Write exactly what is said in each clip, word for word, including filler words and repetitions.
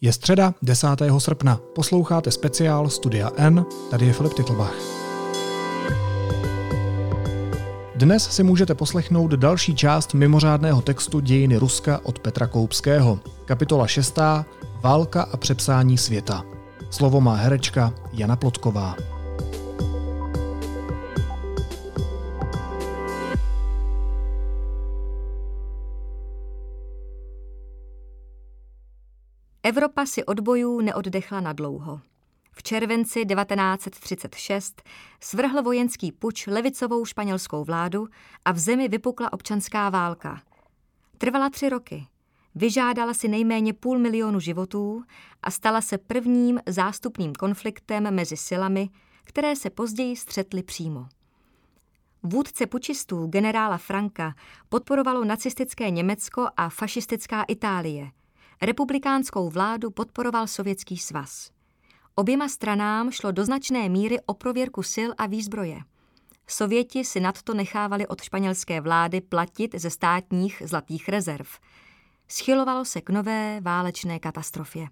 Je středa desátého srpna. Posloucháte speciál Studia N, tady je Filip Titlbach. Dnes si můžete poslechnout další část mimořádného textu Dějiny Ruska od Petra Koupského. Kapitola šestá. Válka a přepsání světa. Slovo má herečka Jana Plotková. Evropa si od bojů neoddechla nadlouho. V červenci devatenáct třicet šest svrhl vojenský puč levicovou španělskou vládu a v zemi vypukla občanská válka. Trvala tři roky. Vyžádala si nejméně půl milionu životů a stala se prvním zástupným konfliktem mezi silami, které se později střetly přímo. Vůdce pučistů generála Franka podporovalo nacistické Německo a fašistická Itálie. Republikánskou vládu podporoval Sovětský svaz. Oběma stranám šlo do značné míry o prověrku sil a výzbroje. Sověti si nadto nechávali od španělské vlády platit ze státních zlatých rezerv. Schylovalo se k nové válečné katastrofě.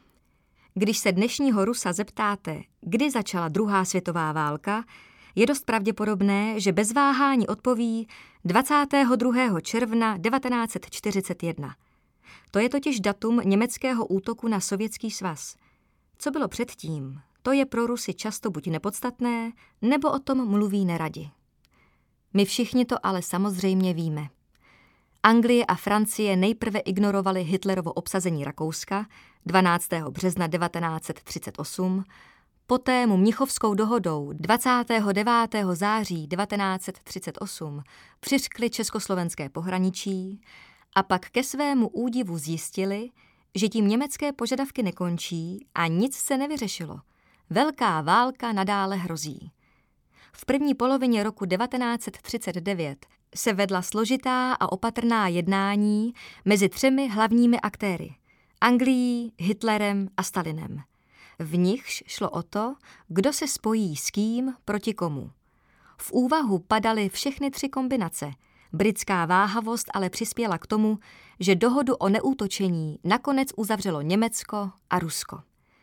Když se dnešního Rusa zeptáte, kdy začala druhá světová válka, je dost pravděpodobné, že bez váhání odpoví dvacátého druhého června devatenáct čtyřicet jedna. To je totiž datum německého útoku na Sovětský svaz. Co bylo předtím, to je pro Rusy často buď nepodstatné, nebo o tom mluví neradi. My všichni to ale samozřejmě víme. Anglie a Francie nejprve ignorovaly Hitlerovo obsazení Rakouska dvanáctého března devatenáct třicet osm, poté mu Mnichovskou dohodou dvacátého devátého září devatenáct třicet osm přiřkli československé pohraničí a pak ke svému údivu zjistili, že tím německé požadavky nekončí a nic se nevyřešilo. Velká válka nadále hrozí. V první polovině roku devatenáct třicet devět se vedla složitá a opatrná jednání mezi třemi hlavními aktéry – Anglií, Hitlerem a Stalinem. V nichž šlo o to, kdo se spojí s kým proti komu. V úvahu padaly všechny tři kombinace. Britská váhavost ale přispěla k tomu, že dohodu o neútočení nakonec uzavřelo Německo a Rusko.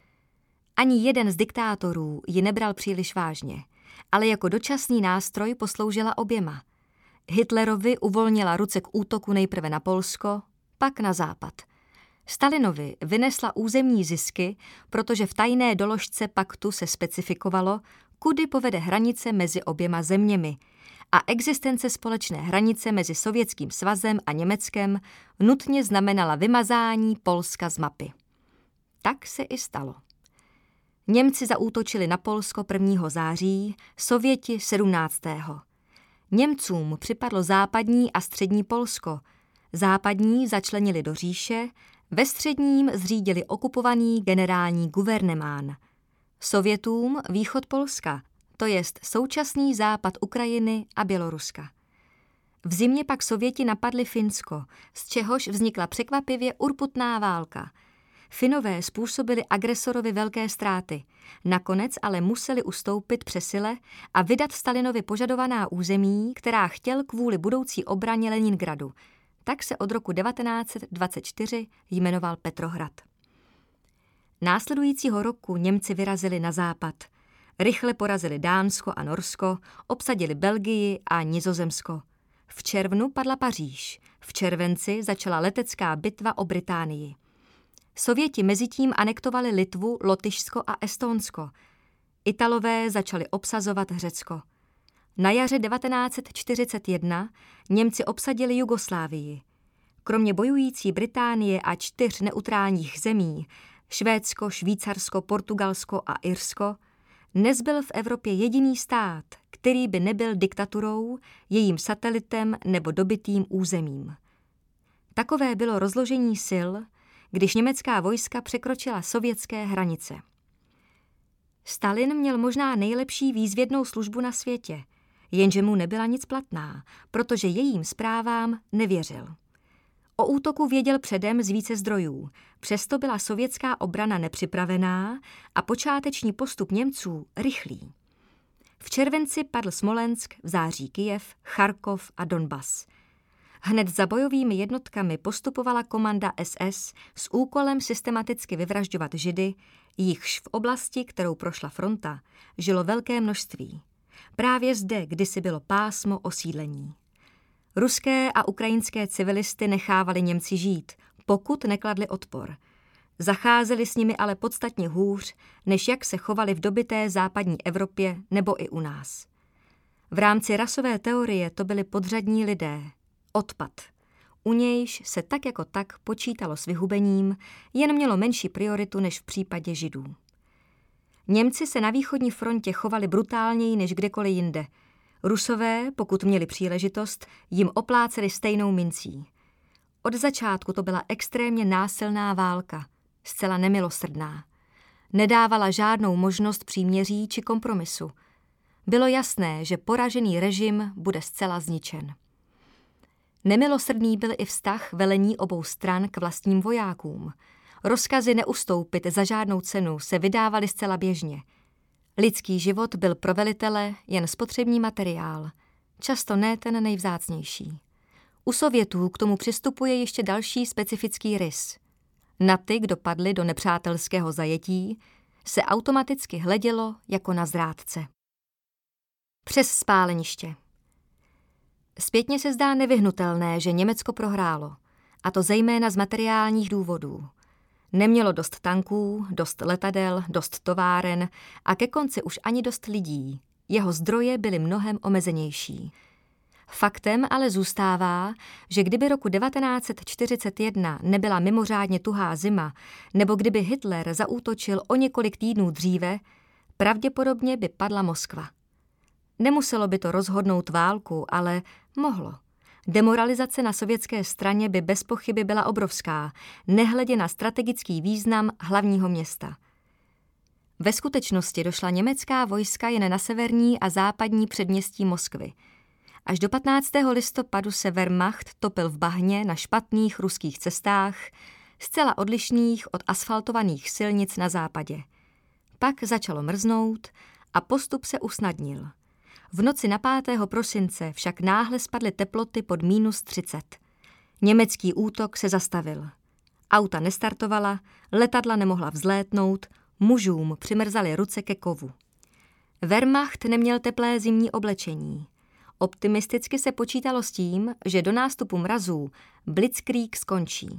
Ani jeden z diktátorů ji nebral příliš vážně, ale jako dočasný nástroj posloužila oběma. Hitlerovi uvolnila ruce k útoku nejprve na Polsko, pak na západ. Stalinovi vynesla územní zisky, protože v tajné doložce paktu se specifikovalo, kudy povede hranice mezi oběma zeměmi, a existence společné hranice mezi Sovětským svazem a Německem nutně znamenala vymazání Polska z mapy. Tak se i stalo. Němci zaútočili na Polsko prvního září, Sověti sedmnáctého Němcům připadlo západní a střední Polsko. Západní začlenili do říše, ve středním zřídili okupovaný generální guvernemán. Sovětům východ Polska, to jest současný západ Ukrajiny a Běloruska. V zimě pak Sověti napadli Finsko, z čehož vznikla překvapivě urputná válka. Finové způsobili agresorovi velké ztráty, nakonec ale museli ustoupit přesile a vydat Stalinovi požadovaná území, která chtěl kvůli budoucí obraně Leningradu. Tak se od roku devatenáct dvacet čtyři jmenoval Petrohrad. Následujícího roku Němci vyrazili na západ. Rychle porazili Dánsko a Norsko, obsadili Belgii a Nizozemsko. V červnu padla Paříž, v červenci začala letecká bitva o Británii. Sověti mezitím anektovali Litvu, Lotyšsko a Estonsko. Italové začali obsazovat Řecko. Na jaře devatenáct čtyřicet jedna Němci obsadili Jugoslávii. Kromě bojující Británie a čtyř neutrálních zemí, Švédsko, Švýcarsko, Portugalsko a Irsko, nezbyl v Evropě jediný stát, který by nebyl diktaturou, jejím satelitem nebo dobytým územím. Takové bylo rozložení sil, když německá vojska překročila sovětské hranice. Stalin měl možná nejlepší výzvědnou službu na světě, jenže mu nebyla nic platná, protože jejím zprávám nevěřil. O útoku věděl předem z více zdrojů, přesto byla sovětská obrana nepřipravená a počáteční postup Němců rychlý. V červenci padl Smolensk, v září Kyjev, Charkov a Donbas. Hned za bojovými jednotkami postupovala komanda S S s úkolem systematicky vyvražďovat Židy, jichž v oblasti, kterou prošla fronta, žilo velké množství. Právě zde kdysi bylo pásmo osídlení. Ruské a ukrajinské civilisty nechávali Němci žít, pokud nekladli odpor. Zacházeli s nimi ale podstatně hůř, než jak se chovali v dobyté západní Evropě nebo i u nás. V rámci rasové teorie to byli podřadní lidé, odpad. U nějž se tak jako tak počítalo s vyhubením, jen mělo menší prioritu než v případě Židů. Němci se na východní frontě chovali brutálněji než kdekoliv jinde. Rusové, pokud měli příležitost, jim opláceli stejnou mincí. Od začátku to byla extrémně násilná válka, zcela nemilosrdná. Nedávala žádnou možnost příměří či kompromisu. Bylo jasné, že poražený režim bude zcela zničen. Nemilosrdný byl i vztah velení obou stran k vlastním vojákům. Rozkazy neustoupit za žádnou cenu se vydávaly zcela běžně. Lidský život byl pro velitele jen spotřební materiál, často ne ten nejvzácnější. U Sovětů k tomu přistupuje ještě další specifický rys. Na ty, kdo padli do nepřátelského zajetí, se automaticky hledělo jako na zrádce. Přes spáleniště. Zpětně se zdá nevyhnutelné, že Německo prohrálo, a to zejména z materiálních důvodů. Nemělo dost tanků, dost letadel, dost továren a ke konci už ani dost lidí. Jeho zdroje byly mnohem omezenější. Faktem ale zůstává, že kdyby roku devatenáct set čtyřicet jedna nebyla mimořádně tuhá zima, nebo kdyby Hitler zaútočil o několik týdnů dříve, pravděpodobně by padla Moskva. Nemuselo by to rozhodnout válku, ale mohlo. Demoralizace na sovětské straně by bez pochyby byla obrovská, nehledě na strategický význam hlavního města. Ve skutečnosti došla německá vojska jen na severní a západní předměstí Moskvy. Až do patnáctého listopadu se Wehrmacht topil v bahně na špatných ruských cestách, zcela odlišných od asfaltovaných silnic na západě. Pak začalo mrznout a postup se usnadnil. V noci na pátého prosince však náhle spadly teploty pod mínus třicet. Německý útok se zastavil. Auta nestartovala, letadla nemohla vzlétnout, mužům přimrzaly ruce ke kovu. Wehrmacht neměl teplé zimní oblečení. Optimisticky se počítalo s tím, že do nástupu mrazů blitzkrieg skončí.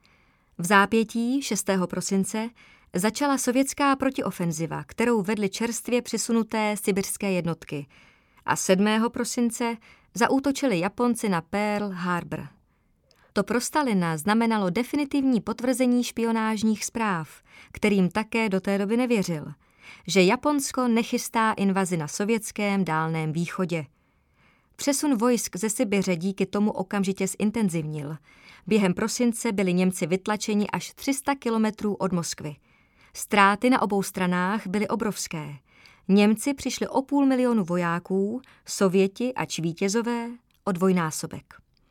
V zápětí šestého prosince začala sovětská protiofenziva, kterou vedly čerstvě přisunuté sibirské jednotky, a sedmého prosince zaútočili Japonci na Pearl Harbor. To pro Stalina znamenalo definitivní potvrzení špionážních zpráv, kterým také do té doby nevěřil, že Japonsko nechystá invazi na sovětském Dálném východě. Přesun vojsk ze Sibiře díky tomu okamžitě zintenzivnil. Během prosince byli Němci vytlačeni až tři sta kilometrů od Moskvy. Ztráty na obou stranách byly obrovské. Němci přišli o půl milionu vojáků, Sověti ač vítězové o dvojnásobek.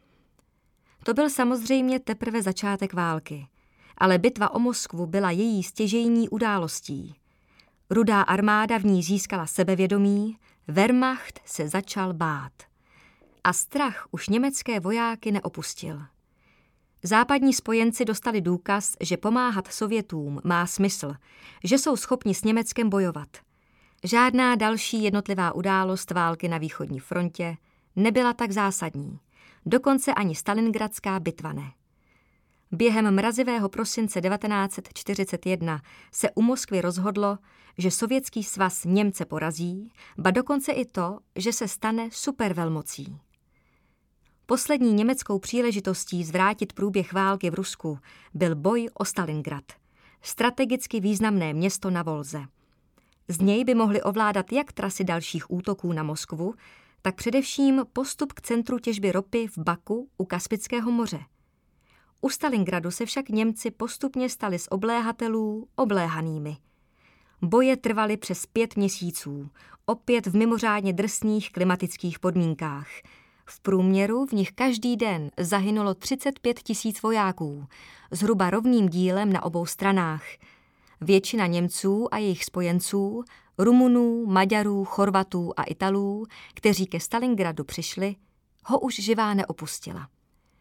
To byl samozřejmě teprve začátek války, ale bitva o Moskvu byla její stěžejní událostí. Rudá armáda v ní získala sebevědomí, Wehrmacht se začal bát. A strach už německé vojáky neopustil. Západní spojenci dostali důkaz, že pomáhat Sovětům má smysl, že jsou schopni s Německem bojovat. Žádná další jednotlivá událost války na východní frontě nebyla tak zásadní. Dokonce ani Stalingradská bitva ne. Během mrazivého prosince devatenáct set čtyřicet jedna se u Moskvy rozhodlo, že Sovětský svaz Němce porazí, ba dokonce i to, že se stane supervelmocí. Poslední německou příležitostí zvrátit průběh války v Rusku byl boj o Stalingrad, strategicky významné město na Volze. Z něj by mohli ovládat jak trasy dalších útoků na Moskvu, tak především postup k centru těžby ropy v Baku u Kaspického moře. U Stalingradu se však Němci postupně stali z obléhatelů obléhanými. Boje trvaly přes pět měsíců, opět v mimořádně drsných klimatických podmínkách. V průměru v nich každý den zahynulo třicet pět tisíc vojáků, zhruba rovným dílem na obou stranách. Většina Němců a jejich spojenců, Rumunů, Maďarů, Chorvatů a Italů, kteří ke Stalingradu přišli, ho už živá neopustila.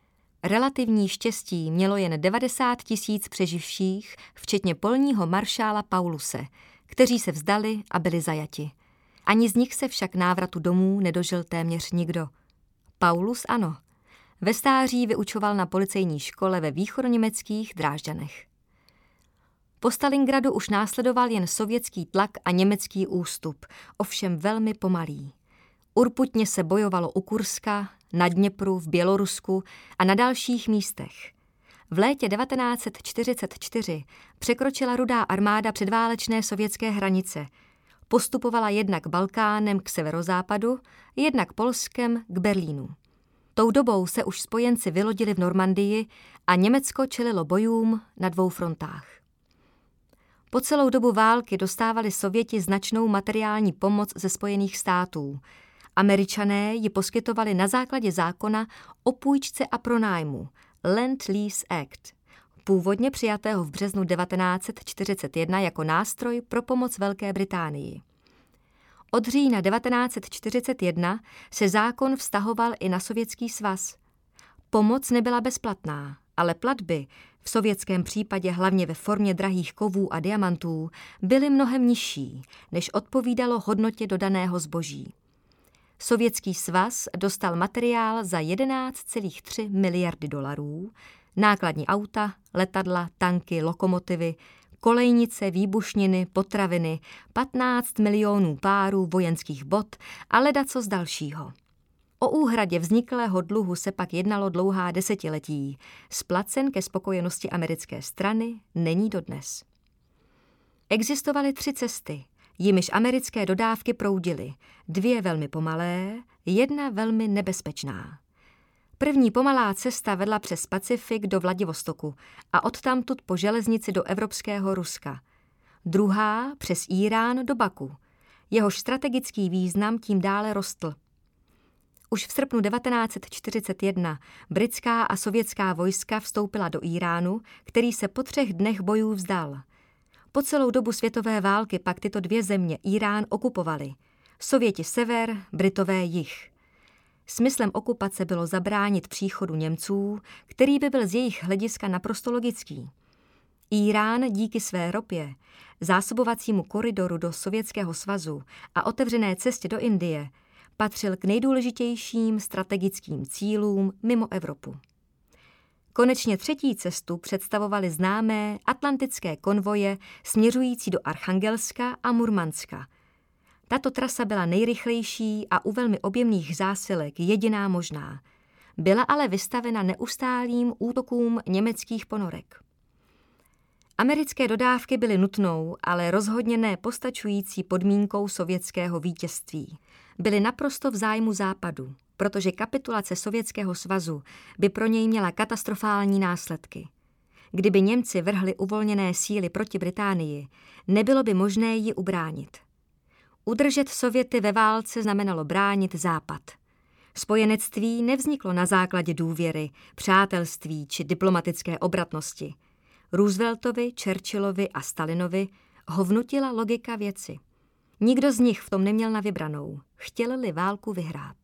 Relativní štěstí mělo jen devadesát tisíc přeživších, včetně polního maršála Pauluse, kteří se vzdali a byli zajati. Ani z nich se však návratu domů nedožil téměř nikdo. Paulus ano. Ve stáří vyučoval na policejní škole ve východoněmeckých Drážďanech. Po Stalingradu už následoval jen sovětský tlak a německý ústup, ovšem velmi pomalý. Urputně se bojovalo u Kurska, na Dněpru, v Bělorusku a na dalších místech. V létě devatenáct set čtyřicet čtyři překročila Rudá armáda předválečné sovětské hranice. Postupovala jednak Balkánem k severozápadu, jednak Polskem k Berlínu. Tou dobou se už spojenci vylodili v Normandii a Německo čelilo bojům na dvou frontách. Po celou dobu války dostávali Sověti značnou materiální pomoc ze Spojených států. Američané ji poskytovali na základě zákona o půjčce a pronájmu Lend-Lease Act, původně přijatého v březnu devatenáct set čtyřicet jedna jako nástroj pro pomoc Velké Británii. Od října devatenáct set čtyřicet jedna se zákon vztahoval i na Sovětský svaz. Pomoc nebyla bezplatná, ale platby, v sovětském případě hlavně ve formě drahých kovů a diamantů, byly mnohem nižší, než odpovídalo hodnotě dodaného zboží. Sovětský svaz dostal materiál za jedenáct celá tři miliardy dolarů, nákladní auta, letadla, tanky, lokomotivy, kolejnice, výbušniny, potraviny, patnáct milionů párů vojenských bot a ledacos dalšího. O úhradě vzniklého dluhu se pak jednalo dlouhá desetiletí. Splacen ke spokojenosti americké strany není dodnes. Existovaly tři cesty, jimiž americké dodávky proudily. Dvě velmi pomalé, jedna velmi nebezpečná. První pomalá cesta vedla přes Pacifik do Vladivostoku a odtamtud po železnici do evropského Ruska. Druhá přes Írán do Baku. Jehož strategický význam tím dále rostl. Už v srpnu devatenáct set čtyřicet jedna britská a sovětská vojska vstoupila do Íránu, který se po třech dnech bojů vzdal. Po celou dobu světové války pak tyto dvě země Írán okupovali. Sověti sever, Britové jih. Smyslem okupace bylo zabránit příchodu Němců, který by byl z jejich hlediska naprosto logický. Írán díky své ropě, zásobovacímu koridoru do Sovětského svazu a otevřené cestě do Indie patřil k nejdůležitějším strategickým cílům mimo Evropu. Konečně třetí cestu představovaly známé atlantické konvoje směřující do Archangelska a Murmanska. Tato trasa byla nejrychlejší a u velmi objemných zásilek jediná možná. Byla ale vystavena neustálým útokům německých ponorek. Americké dodávky byly nutnou, ale rozhodně ne postačující podmínkou sovětského vítězství. Byly naprosto v zájmu Západu, protože kapitulace Sovětského svazu by pro něj měla katastrofální následky. Kdyby Němci vrhli uvolněné síly proti Británii, nebylo by možné ji ubránit. Udržet Sověty ve válce znamenalo bránit Západ. Spojenectví nevzniklo na základě důvěry, přátelství či diplomatické obratnosti. Rooseveltovi, Churchillovi a Stalinovi ho vnutila logika věci. Nikdo z nich v tom neměl na vybranou, chtěli-li válku vyhrát.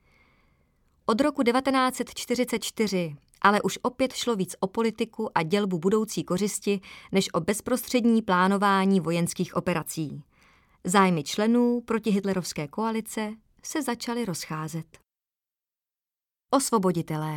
Od roku devatenáct set čtyřicet čtyři ale už opět šlo víc o politiku a dělbu budoucí kořisti, než o bezprostřední plánování vojenských operací. Zájmy členů protihitlerovské koalice se začaly rozcházet. Osvoboditelé.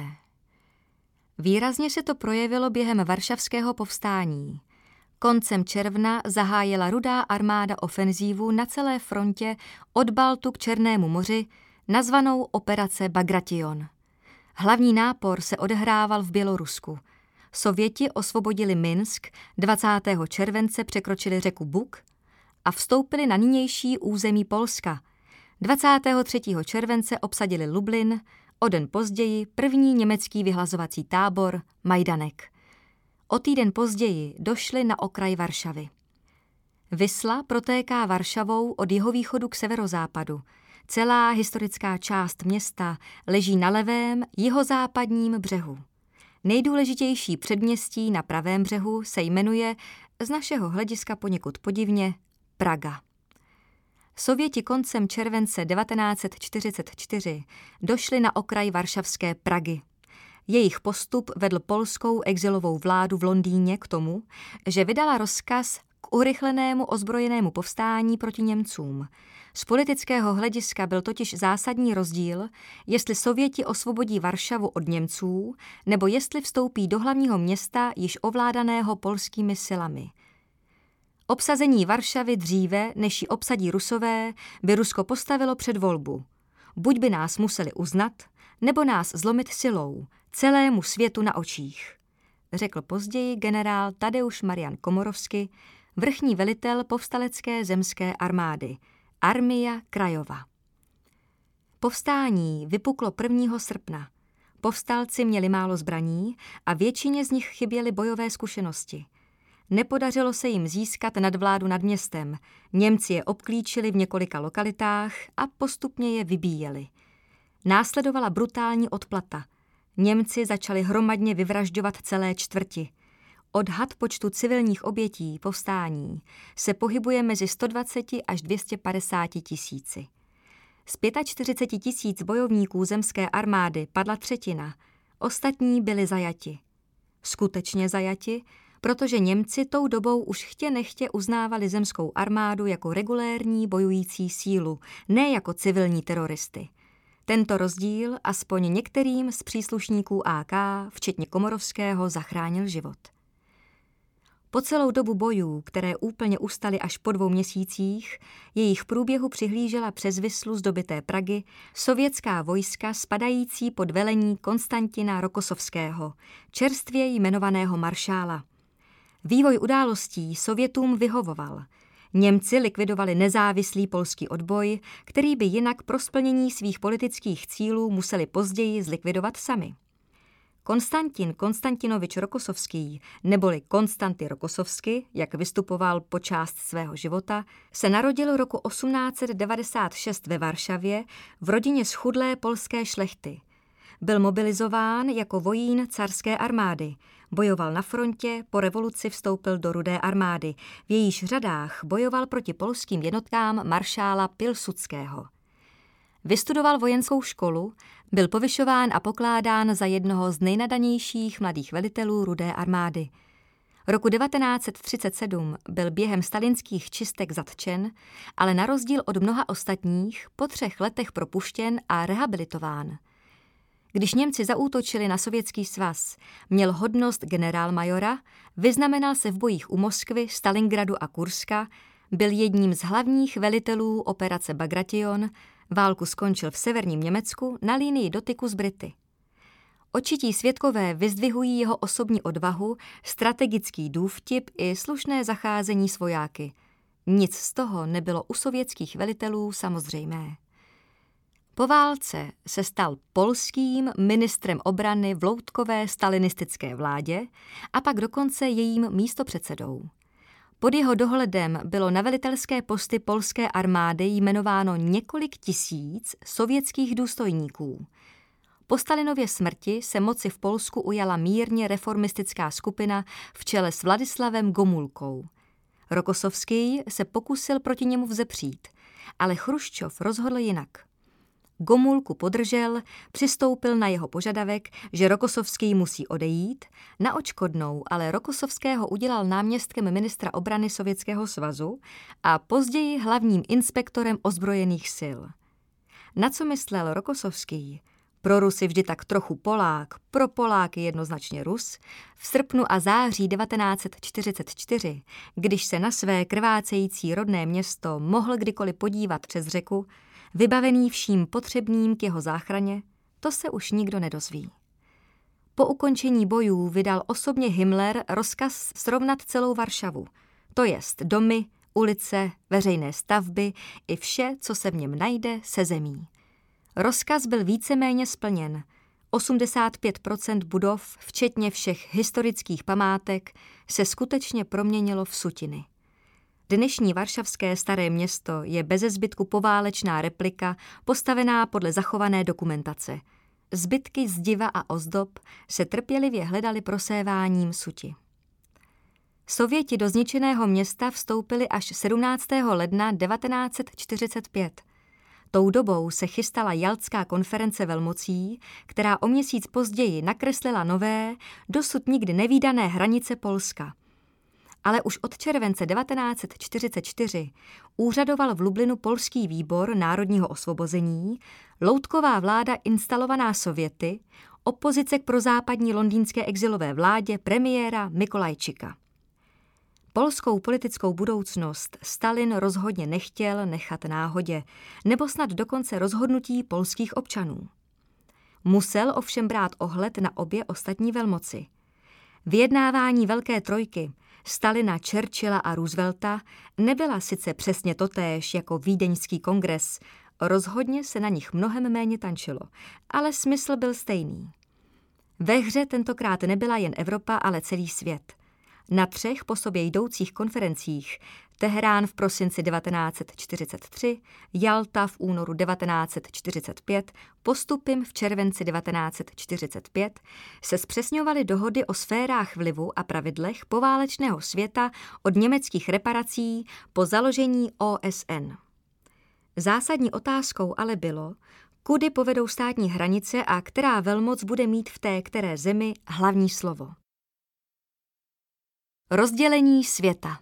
Výrazně se to projevilo během Varšavského povstání. Koncem června zahájila Rudá armáda ofenzívu na celé frontě od Baltu k Černému moři, nazvanou operace Bagration. Hlavní nápor se odehrával v Bělorusku. Sověti osvobodili Minsk, dvacátého července překročili řeku Buk a vstoupili na nynější území Polska. dvacátého třetího července obsadili Lublin, o den později první německý vyhlazovací tábor Majdanek. O týden později došli na okraj Varšavy. Visla protéká Varšavou od jihovýchodu k severozápadu. Celá historická část města leží na levém jihozápadním břehu. Nejdůležitější předměstí na pravém břehu se jmenuje, z našeho hlediska poněkud podivně, Praga. Sověti koncem července devatenáct set čtyřicet čtyři došli na okraj varšavské Pragy. Jejich postup vedl polskou exilovou vládu v Londýně k tomu, že vydala rozkaz k urychlenému ozbrojenému povstání proti Němcům. Z politického hlediska byl totiž zásadní rozdíl, jestli Sověti osvobodí Varšavu od Němců, nebo jestli vstoupí do hlavního města již ovládaného polskými silami. Obsazení Varšavy dříve, než ji obsadí Rusové, by Rusko postavilo před volbu. Buď by nás museli uznat, nebo nás zlomit silou, celému světu na očích, řekl později generál Tadeusz Marian Komorovsky, vrchní velitel povstalecké zemské armády, Armia Krajova. Povstání vypuklo prvního srpna. Povstalci měli málo zbraní a většině z nich chyběly bojové zkušenosti. Nepodařilo se jim získat nadvládu nad městem. Němci je obklíčili v několika lokalitách a postupně je vybíjeli. Následovala brutální odplata. Němci začali hromadně vyvražďovat celé čtvrti. Odhad počtu civilních obětí povstání se pohybuje mezi sto dvacet až dvě stě padesát tisíci. Z čtyřicet pět tisíc bojovníků zemské armády padla třetina, ostatní byli zajati. Skutečně zajati, protože Němci tou dobou už chtě nechtě uznávali zemskou armádu jako regulérní bojující sílu, ne jako civilní teroristy. Tento rozdíl aspoň některým z příslušníků A K, včetně Komorovského, zachránil život. Po celou dobu bojů, které úplně ustaly až po dvou měsících, jejich průběhu přihlížela přes Vislu z dobyté Pragy sovětská vojska spadající pod velení Konstantina Rokossovského, čerstvě jmenovaného maršála. Vývoj událostí Sovětům vyhovoval. Němci likvidovali nezávislý polský odboj, který by jinak pro splnění svých politických cílů museli později zlikvidovat sami. Konstantin Konstantinovič Rokossovský, neboli Konstanty Rokossovsky, jak vystupoval po část svého života, se narodil roku osmnáct set devadesát šest ve Varšavě v rodině schudlé polské šlechty. Byl mobilizován jako vojín carské armády. Bojoval na frontě, po revoluci vstoupil do Rudé armády. V jejíž řadách bojoval proti polským jednotkám maršála Pilsudského. Vystudoval vojenskou školu, byl povyšován a pokládán za jednoho z nejnadanějších mladých velitelů Rudé armády. Roku devatenáct set třicet sedm byl během stalinských čistek zatčen, ale na rozdíl od mnoha ostatních po třech letech propuštěn a rehabilitován. Když Němci zaútočili na Sovětský svaz, měl hodnost generálmajora, vyznamenal se v bojích u Moskvy, Stalingradu a Kurska, byl jedním z hlavních velitelů operace Bagration, válku skončil v severním Německu na linii dotyku s Brity. Očití svědkové vyzdvihují jeho osobní odvahu, strategický důvtip i slušné zacházení s vojáky. Nic z toho nebylo u sovětských velitelů samozřejmé. Po válce se stal polským ministrem obrany v loutkové stalinistické vládě a pak dokonce jejím místopředsedou. Pod jeho dohledem bylo na velitelské posty polské armády jmenováno několik tisíc sovětských důstojníků. Po Stalinově smrti se moci v Polsku ujala mírně reformistická skupina v čele s Vladislavem Gomulkou. Rokossovský se pokusil proti němu vzepřít, ale Chruščov rozhodl jinak. Gomulku podržel, přistoupil na jeho požadavek, že Rokossovský musí odejít, na odškodnou ale Rokossovského udělal náměstkem ministra obrany Sovětského svazu a později hlavním inspektorem ozbrojených sil. Na co myslel Rokossovský? Pro Rusy vždy tak trochu Polák, pro Poláky jednoznačně Rus, v srpnu a září devatenáct set čtyřicet čtyři, když se na své krvácející rodné město mohl kdykoliv podívat přes řeku, vybavený vším potřebným k jeho záchraně, to se už nikdo nedozví. Po ukončení bojů vydal osobně Himmler rozkaz srovnat celou Varšavu, to jest domy, ulice, veřejné stavby i vše, co se v něm najde, se zemí. Rozkaz byl víceméně splněn. osmdesát pět procent budov, včetně všech historických památek, se skutečně proměnilo v sutiny. Dnešní varšavské Staré město je bezezbytku poválečná replika postavená podle zachované dokumentace. Zbytky zdiva a ozdob se trpělivě hledaly proséváním suti. Sověti do zničeného města vstoupili až sedmnáctého ledna devatenáct set čtyřicet pět. Tou dobou se chystala Jaltská konference velmocí, která o měsíc později nakreslila nové, dosud nikdy nevídané hranice Polska. Ale už od července devatenáct set čtyřicet čtyři úřadoval v Lublinu polský výbor národního osvobození, loutková vláda instalovaná Sověty, opozice k prozápadní londýnské exilové vládě premiéra Mikolajčika. Polskou politickou budoucnost Stalin rozhodně nechtěl nechat náhodě, nebo snad dokonce rozhodnutí polských občanů. Musel ovšem brát ohled na obě ostatní velmoci. Vyjednávání Velké trojky Stalina, Churchilla a Roosevelta nebyla sice přesně totéž jako Vídeňský kongres, rozhodně se na nich mnohem méně tančilo, ale smysl byl stejný. Ve hře tentokrát nebyla jen Evropa, ale celý svět. Na třech po sobě jdoucích konferencích, Teherán v prosinci devatenáct set čtyřicet tři, Jalta v únoru devatenáct set čtyřicet pět, Postupim v červenci devatenáct set čtyřicet pět, se zpřesňovaly dohody o sférách vlivu a pravidlech poválečného světa od německých reparací po založení O S N. Zásadní otázkou ale bylo, kudy povedou státní hranice a která velmoc bude mít v té které zemi hlavní slovo. Rozdělení světa.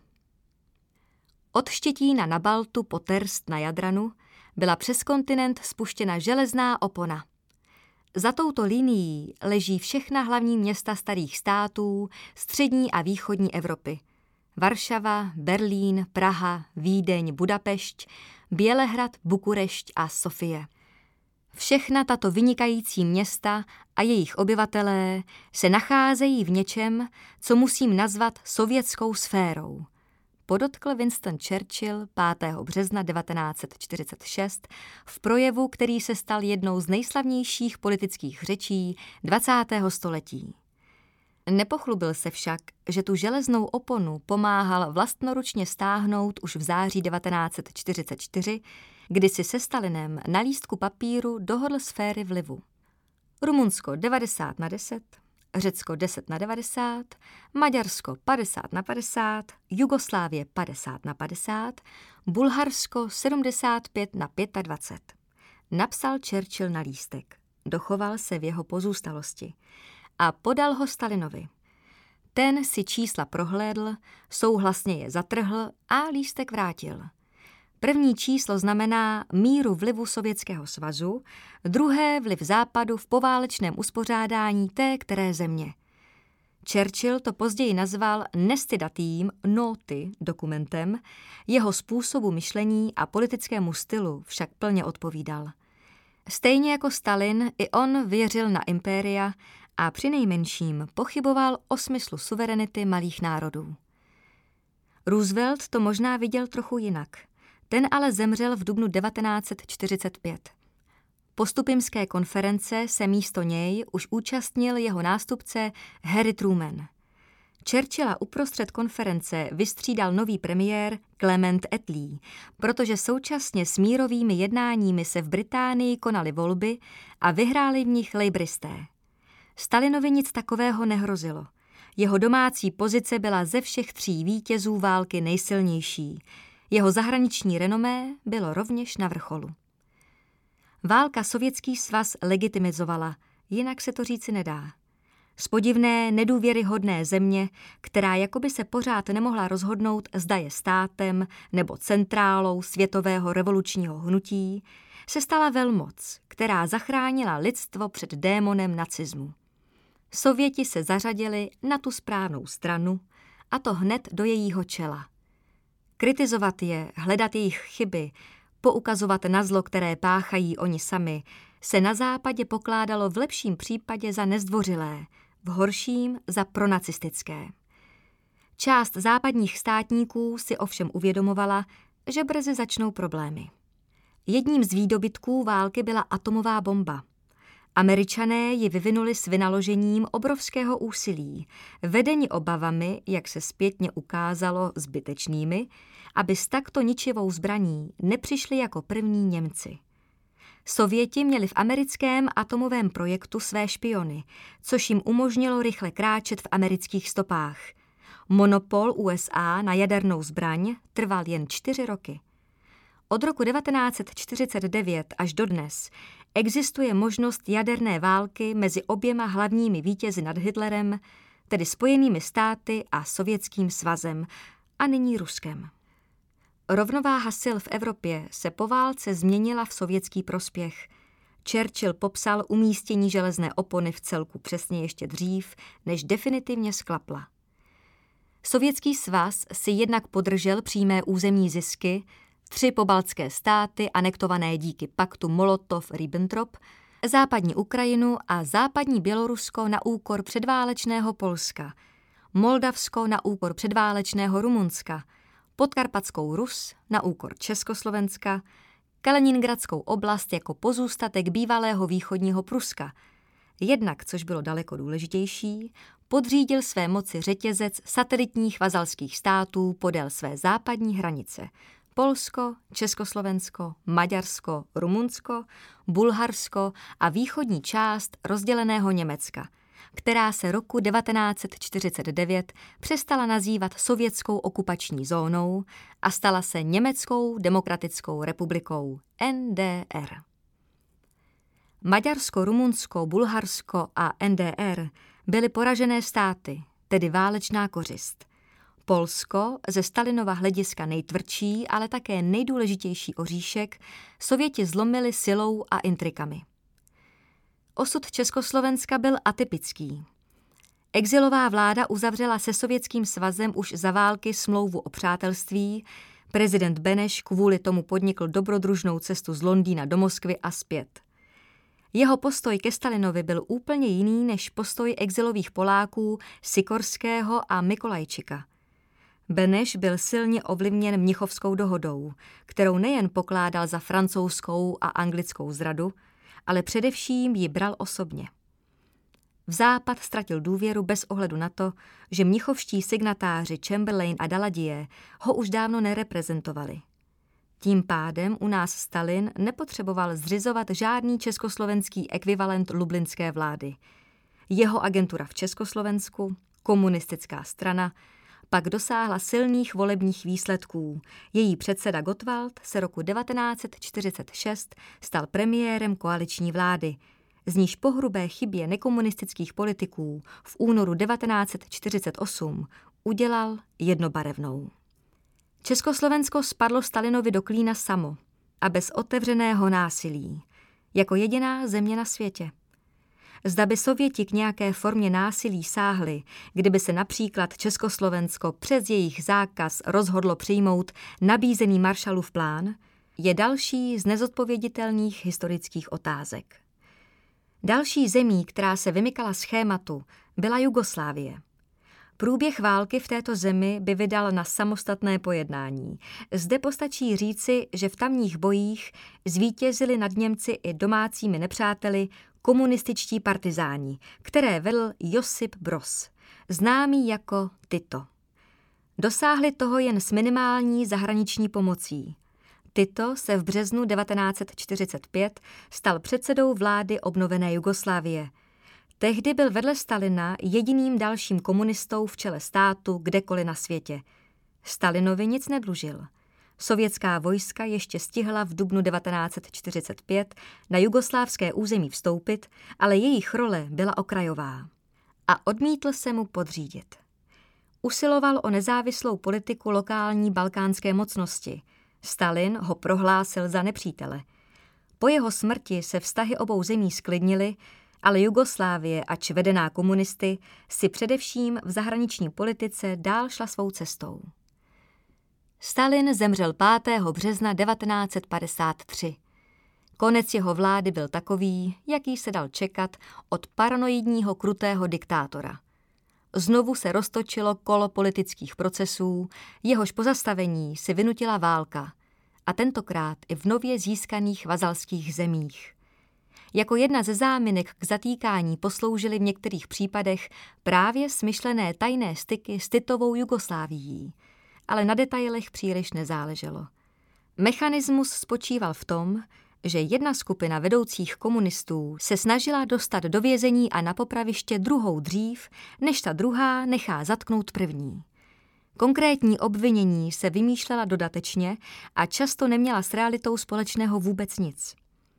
Od Štětína na Baltu po Terst na Jadranu byla přes kontinent spuštěna železná opona. Za touto linií leží všechna hlavní města starých států střední a východní Evropy. Varšava, Berlín, Praha, Vídeň, Budapešť, Bělehrad, Bukurešť a Sofie. Všechna tato vynikající města a jejich obyvatelé se nacházejí v něčem, co musím nazvat sovětskou sférou, podotkl Winston Churchill pátého března devatenáct set čtyřicet šest v projevu, který se stal jednou z nejslavnějších politických řečí dvacátého století. Nepochlubil se však, že tu železnou oponu pomáhal vlastnoručně stáhnout už v září devatenáct set čtyřicet čtyři, kdy si se Stalinem na lístku papíru dohodl sféry vlivu. Rumunsko devadesát na deset, Řecko deset na devadesát, Maďarsko padesát na padesát, Jugoslávie padesát na padesát, Bulharsko sedmdesát pět na dvacet pět. Napsal Churchill na lístek, dochoval se v jeho pozůstalosti a podal ho Stalinovi. Ten si čísla prohlédl, souhlasně je zatrhl a lístek vrátil. První číslo znamená míru vlivu Sovětského svazu, druhé vliv Západu v poválečném uspořádání té které země. Churchill to později nazval nestydatým nóty dokumentem, jeho způsobu myšlení a politickému stylu však plně odpovídal. Stejně jako Stalin, i on věřil na impéria a přinejmenším pochyboval o smyslu suverenity malých národů. Roosevelt to možná viděl trochu jinak. Ten ale zemřel v dubnu devatenáct set čtyřicet pět. Postupimské konference se místo něj už účastnil jeho nástupce Harry Truman. Churchilla uprostřed konference vystřídal nový premiér Clement Attlee, protože současně s mírovými jednáními se v Británii konaly volby a vyhráli v nich lejbristé. Stalinovi nic takového nehrozilo. Jeho domácí pozice byla ze všech tří vítězů války nejsilnější. Jeho zahraniční renomé bylo rovněž na vrcholu. Válka Sovětský svaz legitimizovala, jinak se to říci nedá. Z podivné, nedůvěryhodné země, která jakoby se pořád nemohla rozhodnout, zda je státem nebo centrálou světového revolučního hnutí, se stala velmoc, která zachránila lidstvo před démonem nacismu. Sověti se zařadili na tu správnou stranu, a to hned do jejího čela. Kritizovat je, hledat jejich chyby, poukazovat na zlo, které páchají oni sami, se na západě pokládalo v lepším případě za nezdvořilé, v horším za pronacistické. Část západních státníků si ovšem uvědomovala, že brzy začnou problémy. Jedním z výdobytků války byla atomová bomba. Američané ji vyvinuli s vynaložením obrovského úsilí, vedeni obavami, jak se zpětně ukázalo, zbytečnými, aby s takto ničivou zbraní nepřišli jako první Němci. Sověti měli v americkém atomovém projektu své špiony, což jim umožnilo rychle kráčet v amerických stopách. Monopol U S A na jadernou zbraň trval jen čtyři roky. Od roku devatenáct set čtyřicet devět až dodnes existuje možnost jaderné války mezi oběma hlavními vítězi nad Hitlerem, tedy Spojenými státy a Sovětským svazem, a nyní Ruskem. Rovnováha sil v Evropě se po válce změnila v sovětský prospěch. Churchill popsal umístění železné opony v celku přesně ještě dřív, než definitivně sklapla. Sovětský svaz si jednak podržel přímé územní zisky, tři pobaltské státy anektované díky paktu Molotov-Ribbentrop, západní Ukrajinu a západní Bělorusko na úkor předválečného Polska, Moldavsko na úkor předválečného Rumunska, Podkarpatskou Rus na úkor Československa, Kaliningradskou oblast jako pozůstatek bývalého východního Pruska. Jednak, což bylo daleko důležitější, podřídil své moci řetězec satelitních vazalských států podél své západní hranice. Polsko, Československo, Maďarsko, Rumunsko, Bulharsko a východní část rozděleného Německa, která se roku devatenáct set čtyřicet devět přestala nazývat sovětskou okupační zónou a stala se Německou demokratickou republikou N D R. Maďarsko, Rumunsko, Bulharsko a N D R byly poražené státy, tedy válečná kořist. Polsko, ze Stalinova hlediska nejtvrdší, ale také nejdůležitější oříšek, Sověti zlomili silou a intrikami. Osud Československa byl atypický. Exilová vláda uzavřela se Sovětským svazem už za války smlouvu o přátelství, prezident Beneš kvůli tomu podnikl dobrodružnou cestu z Londýna do Moskvy a zpět. Jeho postoj ke Stalinovi byl úplně jiný než postoj exilových Poláků Sikorského a Mikolajčika. Beneš byl silně ovlivněn Mnichovskou dohodou, kterou nejen pokládal za francouzskou a anglickou zradu, ale především ji bral osobně. V Západ ztratil důvěru bez ohledu na to, že mnichovští signatáři Chamberlain a Daladier ho už dávno nereprezentovali. Tím pádem u nás Stalin nepotřeboval zřizovat žádný československý ekvivalent lublinské vlády. Jeho agentura v Československu, komunistická strana, pak dosáhla silných volebních výsledků. Její předseda Gottwald se roku devatenáct set čtyřicet šest stal premiérem koaliční vlády, z níž po hrubé chybě nekomunistických politiků v únoru devatenáct set čtyřicet osm udělal jednobarevnou. Československo spadlo Stalinovi do klína samo a bez otevřeného násilí, jako jediná země na světě. Zda by Sověti k nějaké formě násilí sáhli, kdyby se například Československo přes jejich zákaz rozhodlo přijmout nabízený Marshallův plán, je další z nezodpověditelných historických otázek. Další zemí, která se vymykala schématu, byla Jugoslávie. Průběh války v této zemi by vydal na samostatné pojednání. Zde postačí říci, že v tamních bojích zvítězili nad Němci i domácími nepřáteli komunističtí partizáni, které vedl Josip Broz, známý jako Tito. Dosáhli toho jen s minimální zahraniční pomocí. Tito se v březnu devatenáct set čtyřicet pět stal předsedou vlády obnovené Jugoslávie. Tehdy byl vedle Stalina jediným dalším komunistou v čele státu kdekoliv na světě. Stalinovi nic nedlužil. Sovětská vojska ještě stihla v dubnu devatenáct set čtyřicet pět na jugoslávské území vstoupit, ale jejich role byla okrajová. A odmítl se mu podřídit. Usiloval o nezávislou politiku lokální balkánské mocnosti. Stalin ho prohlásil za nepřítele. Po jeho smrti se vztahy obou zemí sklidnily, ale Jugoslávie, ač vedená komunisty, si především v zahraniční politice dál šla svou cestou. Stalin zemřel pátého března devatenáct set padesát tři. Konec jeho vlády byl takový, jaký se dal čekat od paranoidního krutého diktátora. Znovu se roztočilo kolo politických procesů, jehož pozastavení si vynutila válka, a tentokrát i v nově získaných vazalských zemích. Jako jedna ze záminek k zatýkání posloužily v některých případech právě smyšlené tajné styky s Titovou Jugoslávií, ale na detailech příliš nezáleželo. Mechanismus spočíval v tom, že jedna skupina vedoucích komunistů se snažila dostat do vězení a na popraviště druhou dřív, než ta druhá nechá zatknout první. Konkrétní obvinění se vymýšlela dodatečně a často neměla s realitou společného vůbec nic.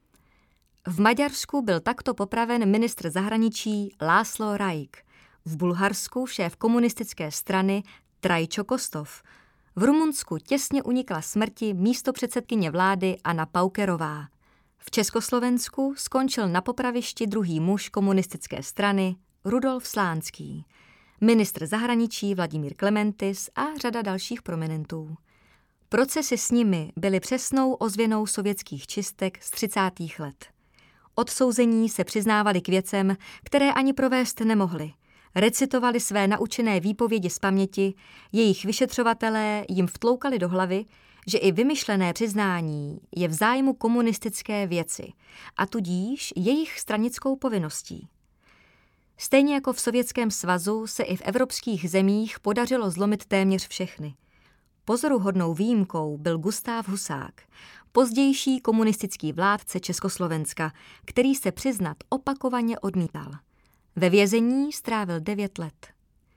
V Maďarsku byl takto popraven ministr zahraničí László Rajk, v Bulharsku šéf komunistické strany Trajčo Kostov, v Rumunsku těsně unikla smrti místopředsedkyně vlády Anna Paukerová. V Československu skončil na popravišti druhý muž komunistické strany Rudolf Slánský, ministr zahraničí Vladimír Klementis a řada dalších prominentů. Procesy s nimi byly přesnou ozvěnou sovětských čistek z třicátých let. Odsouzení se přiznávali k věcem, které ani provést nemohli. Recitovali své naučené výpovědi z paměti, jejich vyšetřovatelé jim vtloukali do hlavy, že i vymyšlené přiznání je v zájmu komunistické věci a tudíž jejich stranickou povinností. Stejně jako v Sovětském svazu se i v evropských zemích podařilo zlomit téměř všechny. Pozoruhodnou výjimkou byl Gustav Husák, pozdější komunistický vládce Československa, který se přiznat opakovaně odmítal. Ve vězení strávil devět let.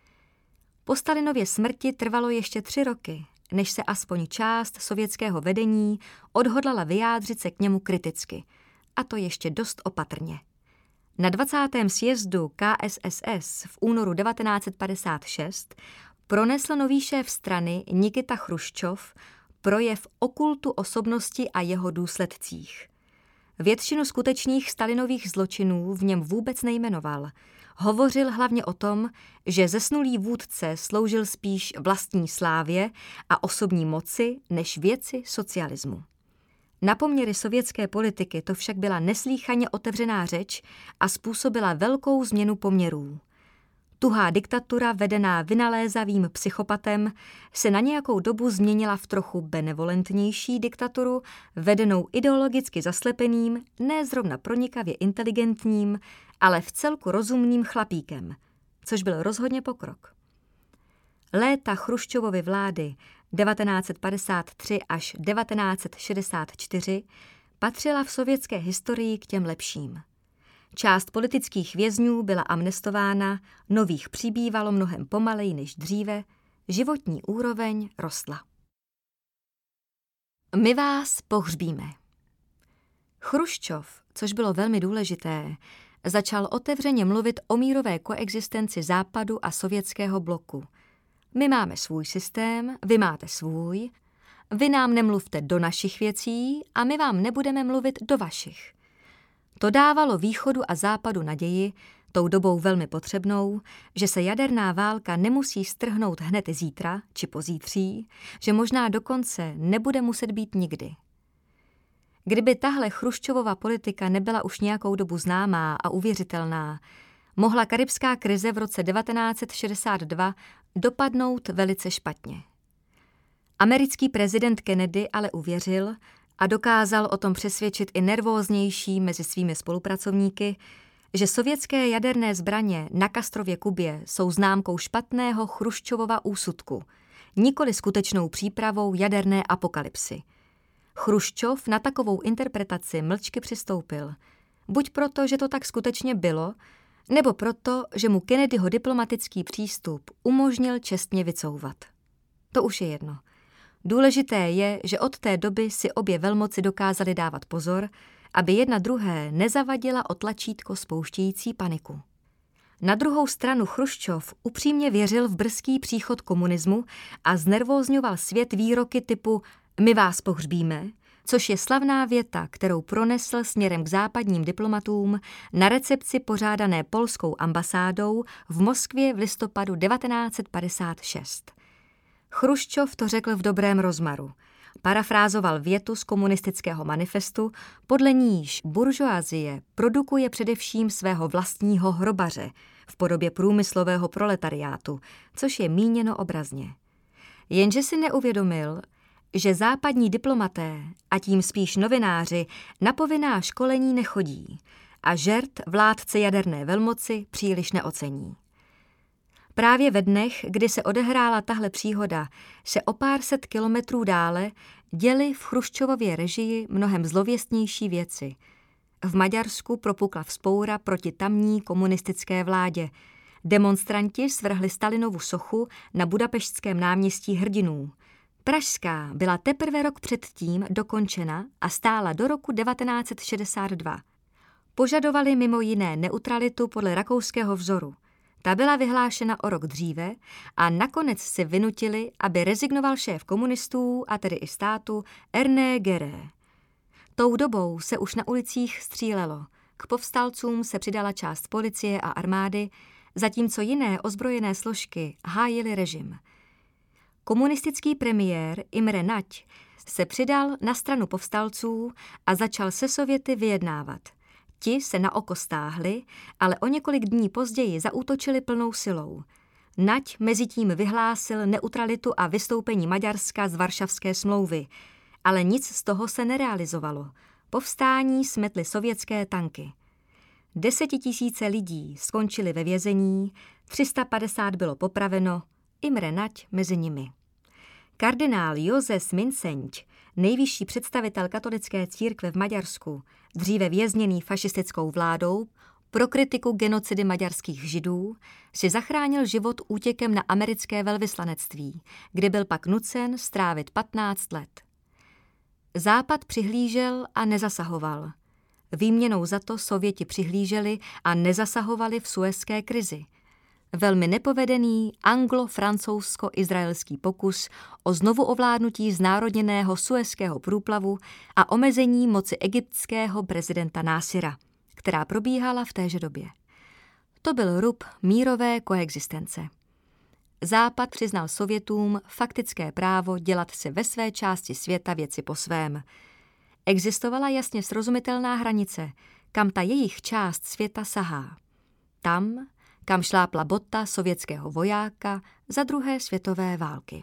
Po Stalinově smrti trvalo ještě tři roky, než se aspoň část sovětského vedení odhodlala vyjádřit se k němu kriticky, a to ještě dost opatrně. Na dvacátém sjezdu K S S S v únoru devatenáct set padesát šest pronesl nový šéf strany Nikita Chruščov projev o kultu osobnosti a jeho důsledcích. Většinu skutečných Stalinových zločinů v něm vůbec nejmenoval. Hovořil hlavně o tom, že zesnulý vůdce sloužil spíš vlastní slávě a osobní moci než věci socialismu. Na poměry sovětské politiky to však byla neslýchaně otevřená řeč a způsobila velkou změnu poměrů. Tuhá diktatura vedená vynalézavým psychopatem se na nějakou dobu změnila v trochu benevolentnější diktaturu, vedenou ideologicky zaslepeným, ne zrovna pronikavě inteligentním, ale v celku rozumným chlapíkem, což byl rozhodně pokrok. Léta Chruščovovy vlády devatenáct set padesát tři až devatenáct set šedesát čtyři patřila v sovětské historii k těm lepším. Část politických vězňů byla amnestována, nových přibývalo mnohem pomaleji než dříve, životní úroveň rostla. My vás pohřbíme. Chruščov, což bylo velmi důležité, začal otevřeně mluvit o mírové koexistenci Západu a sovětského bloku. My máme svůj systém, vy máte svůj, vy nám nemluvte do našich věcí a my vám nebudeme mluvit do vašich. To dávalo východu a západu naději, tou dobou velmi potřebnou, že se jaderná válka nemusí strhnout hned zítra či pozítří, že možná dokonce nebude muset být nikdy. Kdyby tahle Chruščovova politika nebyla už nějakou dobu známá a uvěřitelná, mohla karibská krize v roce devatenáct set šedesát dva dopadnout velice špatně. Americký prezident Kennedy ale uvěřil a dokázal o tom přesvědčit i nervóznější mezi svými spolupracovníky, že sovětské jaderné zbraně na Castrově Kubě jsou známkou špatného Chruščovova úsudku, nikoli skutečnou přípravou jaderné apokalypsy. Chruščov na takovou interpretaci mlčky přistoupil, buď proto, že to tak skutečně bylo, nebo proto, že mu Kennedyho diplomatický přístup umožnil čestně vycouvat. To už je jedno. Důležité je, že od té doby si obě velmoci dokázaly dávat pozor, aby jedna druhé nezavadila o tlačítko spouštějící paniku. Na druhou stranu Chruščov upřímně věřil v brzký příchod komunismu a znervózňoval svět výroky typu my vás pohřbíme, což je slavná věta, kterou pronesl směrem k západním diplomatům na recepci pořádané polskou ambasádou v Moskvě v listopadu devatenáct set padesát šest. Chruščov to řekl v dobrém rozmaru. Parafrázoval větu z komunistického manifestu, podle níž buržoazie produkuje především svého vlastního hrobaře v podobě průmyslového proletariátu, což je míněno obrazně. Jenže si neuvědomil, že západní diplomaté, a tím spíš novináři, na povinná školení nechodí a žert vládce jaderné velmoci příliš neocení. Právě ve dnech, kdy se odehrála tahle příhoda, se o pár set kilometrů dále děly v Chruščovově režii mnohem zlověstnější věci. V Maďarsku propukla vzpoura proti tamní komunistické vládě Demonstranti svrhli Stalinovu sochu na Budapešťském náměstí hrdinů. Pražská byla teprve rok předtím dokončena a stála do roku devatenáct set šedesát dva. Požadovali mimo jiné neutralitu podle rakouského vzoru. Ta byla vyhlášena o rok dříve a nakonec si vynutili, aby rezignoval šéf komunistů, a tedy i státu, Ernest Guerre. Tou dobou se už na ulicích střílelo. K povstalcům se přidala část policie a armády, zatímco jiné ozbrojené složky hájily režim. Komunistický premiér Imre Nagy se přidal na stranu povstalců a začal se Sověty vyjednávat. Ti se na oko stáhli, ale o několik dní později zaútočili plnou silou. Nagy mezitím vyhlásil neutralitu a vystoupení Maďarska z Varšavské smlouvy, ale nic z toho se nerealizovalo. Povstání smetly sovětské tanky. Desetitisíce lidí skončili ve vězení, tři sta padesát bylo popraveno, Imre Nagy mezi nimi. Kardinál Josef Minceň, nejvyšší představitel katolické církve v Maďarsku, dříve vězněný fašistickou vládou, pro kritiku genocidy maďarských židů, si zachránil život útěkem na americké velvyslanectví, kde byl pak nucen strávit patnáct let. Západ přihlížel a nezasahoval. Výměnou za to Sověti přihlíželi a nezasahovali v suezské krizi. Velmi nepovedený anglo-francouzsko-izraelský pokus o znovu ovládnutí znárodněného suezského průplavu a omezení moci egyptského prezidenta Násira, která probíhala v téže době. To byl rub mírové koexistence. Západ přiznal Sovětům faktické právo dělat si ve své části světa věci po svém. Existovala jasně srozumitelná hranice, kam ta jejich část světa sahá. Tam, kam šlápla bota sovětského vojáka za druhé světové války.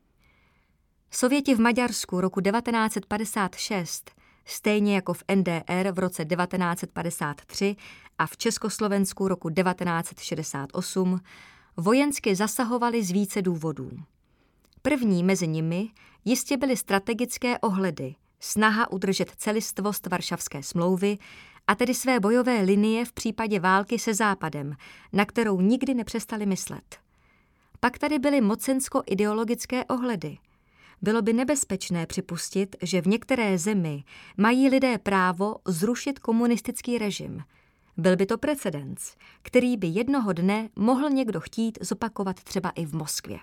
Sověti v Maďarsku roku devatenáct set padesát šest, stejně jako v N D R v roce devatenáct set padesát tři a v Československu roku devatenáct set šedesát osm, vojensky zasahovali z více důvodů. První mezi nimi jistě byly strategické ohledy, snaha udržet celistvost Varšavské smlouvy, a tedy své bojové linie v případě války se Západem, na kterou nikdy nepřestali myslet. Pak tady byly mocensko-ideologické ohledy. Bylo by nebezpečné připustit, že v některé zemi mají lidé právo zrušit komunistický režim. Byl by to precedens, který by jednoho dne mohl někdo chtít zopakovat třeba i v Moskvě.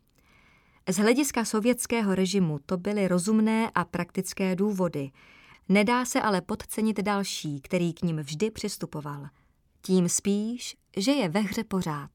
Z hlediska sovětského režimu to byly rozumné a praktické důvody. Nedá se ale podcenit další, který k ním vždy přistupoval. Tím spíš, že je ve hře pořád.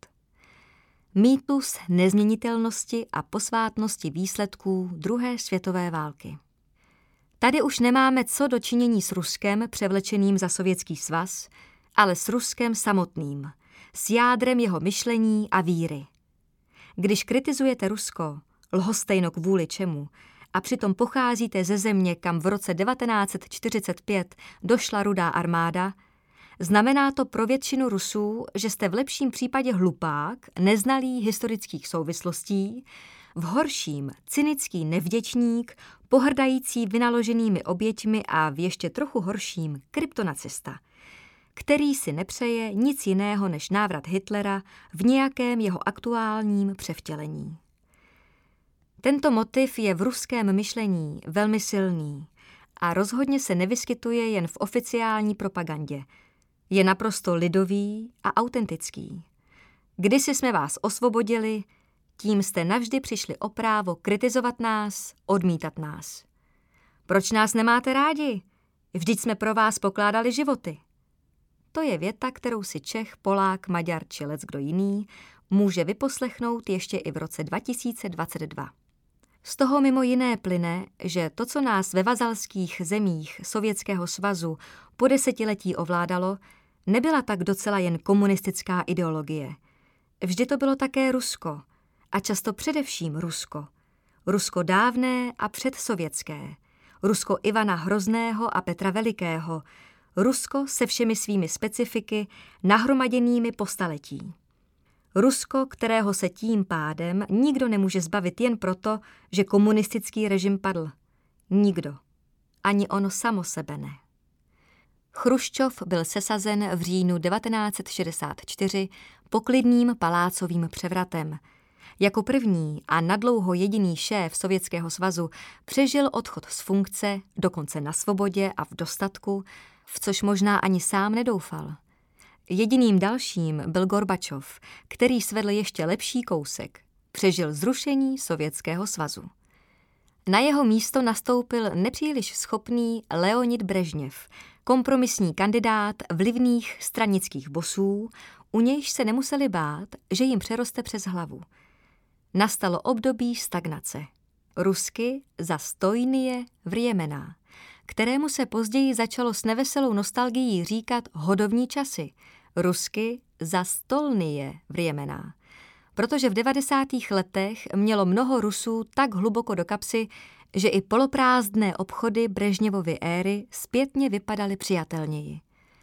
Mýtus nezměnitelnosti a posvátnosti výsledků druhé světové války. Tady už nemáme co do činění s Ruskem převlečeným za Sovětský svaz, ale s Ruskem samotným, s jádrem jeho myšlení a víry. Když kritizujete Rusko, lhostejno kvůli čemu, a přitom pocházíte ze země, kam v roce devatenáct set čtyřicet pět došla Rudá armáda, znamená to pro většinu Rusů, že jste v lepším případě hlupák, neznalý historických souvislostí, v horším cynický nevděčník, pohrdající vynaloženými oběťmi a v ještě trochu horším kryptonacista, který si nepřeje nic jiného než návrat Hitlera v nějakém jeho aktuálním převtělení. Tento motiv je v ruském myšlení velmi silný a rozhodně se nevyskytuje jen v oficiální propagandě. Je naprosto lidový a autentický. Kdysi jsme vás osvobodili, tím jste navždy přišli o právo kritizovat nás, odmítat nás. Proč nás nemáte rádi? Vždyť jsme pro vás pokládali životy. To je věta, kterou si Čech, Polák, Maďar či leckdo jiný může vyposlechnout ještě i v roce dva tisíce dvacet dva. Z toho mimo jiné plyne, že to, co nás ve vazalských zemích Sovětského svazu po desetiletí ovládalo, nebyla tak docela jen komunistická ideologie. Vždy to bylo také Rusko, a často především Rusko. Rusko dávné a předsovětské, Rusko Ivana Hrozného a Petra Velikého, Rusko se všemi svými specifiky nahromaděnými po staletí. Rusko, kterého se tím pádem nikdo nemůže zbavit jen proto, že komunistický režim padl. Nikdo. Ani ono samo sebe ne. Chruščov byl sesazen v říjnu devatenáct set šedesát čtyři poklidným palácovým převratem. Jako první a nadlouho jediný šéf Sovětského svazu přežil odchod z funkce, dokonce na svobodě a v dostatku, v což možná ani sám nedoufal. Jediným dalším byl Gorbačov, který svedl ještě lepší kousek. Přežil zrušení Sovětského svazu. Na jeho místo nastoupil nepříliš schopný Leonid Brežněv, kompromisní kandidát vlivných stranických bosů, u nějž se nemuseli bát, že jim přeroste přes hlavu. Nastalo období stagnace. Rusky za stojnie vrjemená, kterému se později začalo s neveselou nostalgií říkat hodovní časy. Rusky za stolnie vrjemená. Protože v devadesátých letech mělo mnoho Rusů tak hluboko do kapsy, že i poloprázdné obchody Brežněvovy éry zpětně vypadaly přijatelněji.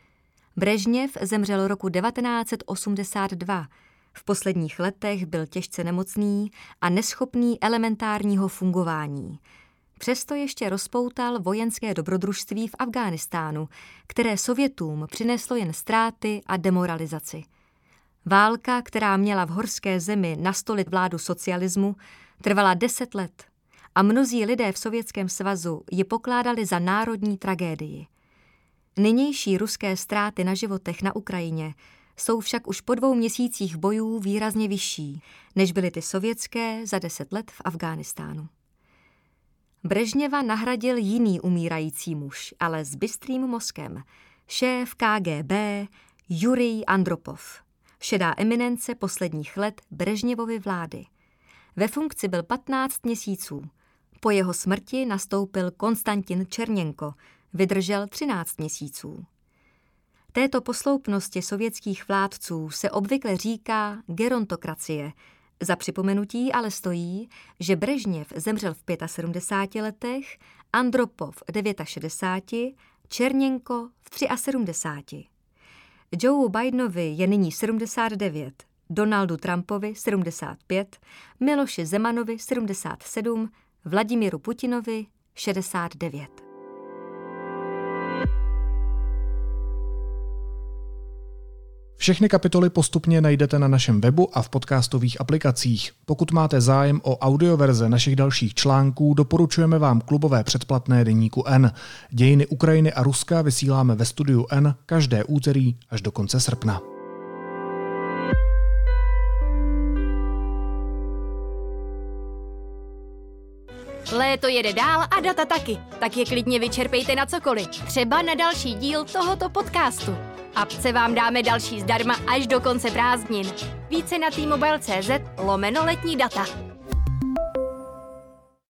Brežněv zemřel roku devatenáct set osmdesát dva. V posledních letech byl těžce nemocný a neschopný elementárního fungování. Přesto ještě rozpoutal vojenské dobrodružství v Afghánistánu, které Sovětům přineslo jen ztráty a demoralizaci. Válka, která měla v horské zemi nastolit vládu socialismu, trvala deset let a mnozí lidé v Sovětském svazu ji pokládali za národní tragédii. Nynější ruské ztráty na životech na Ukrajině jsou však už po dvou měsících bojů výrazně vyšší, než byly ty sovětské za deset let v Afghánistánu. Brežněva nahradil jiný umírající muž, ale s bystrým mozkem, šéf K G B Jurij Andropov, šedá eminence posledních let Brežněvovy vlády. Ve funkci byl patnáct měsíců. Po jeho smrti nastoupil Konstantin Černěnko, vydržel třináct měsíců. Této posloupnosti sovětských vládců se obvykle říká gerontokracie. Za připomenutí ale stojí, že Brežněv zemřel v sedmdesáti pěti letech, Andropov v šedesáti devíti, Černěnko v sedmdesáti třech. Joe Bidenovi je nyní sedmdesát devět, Donaldu Trumpovi sedmdesát pět, Miloši Zemanovi sedmdesát sedm, Vladimíru Putinovi šedesát devět. Všechny kapitoly postupně najdete na našem webu a v podcastových aplikacích. Pokud máte zájem o audioverze našich dalších článků, doporučujeme vám klubové předplatné deníku N. Dějiny Ukrajiny a Ruska vysíláme ve studiu N každé úterý až do konce srpna. Léto jede dál a data taky, tak je klidně vyčerpejte na cokoliv. Třeba na další díl tohoto podcastu. Apce vám dáme další zdarma až do konce prázdnin. Více na t-mobile tečka cz lomeno letní data.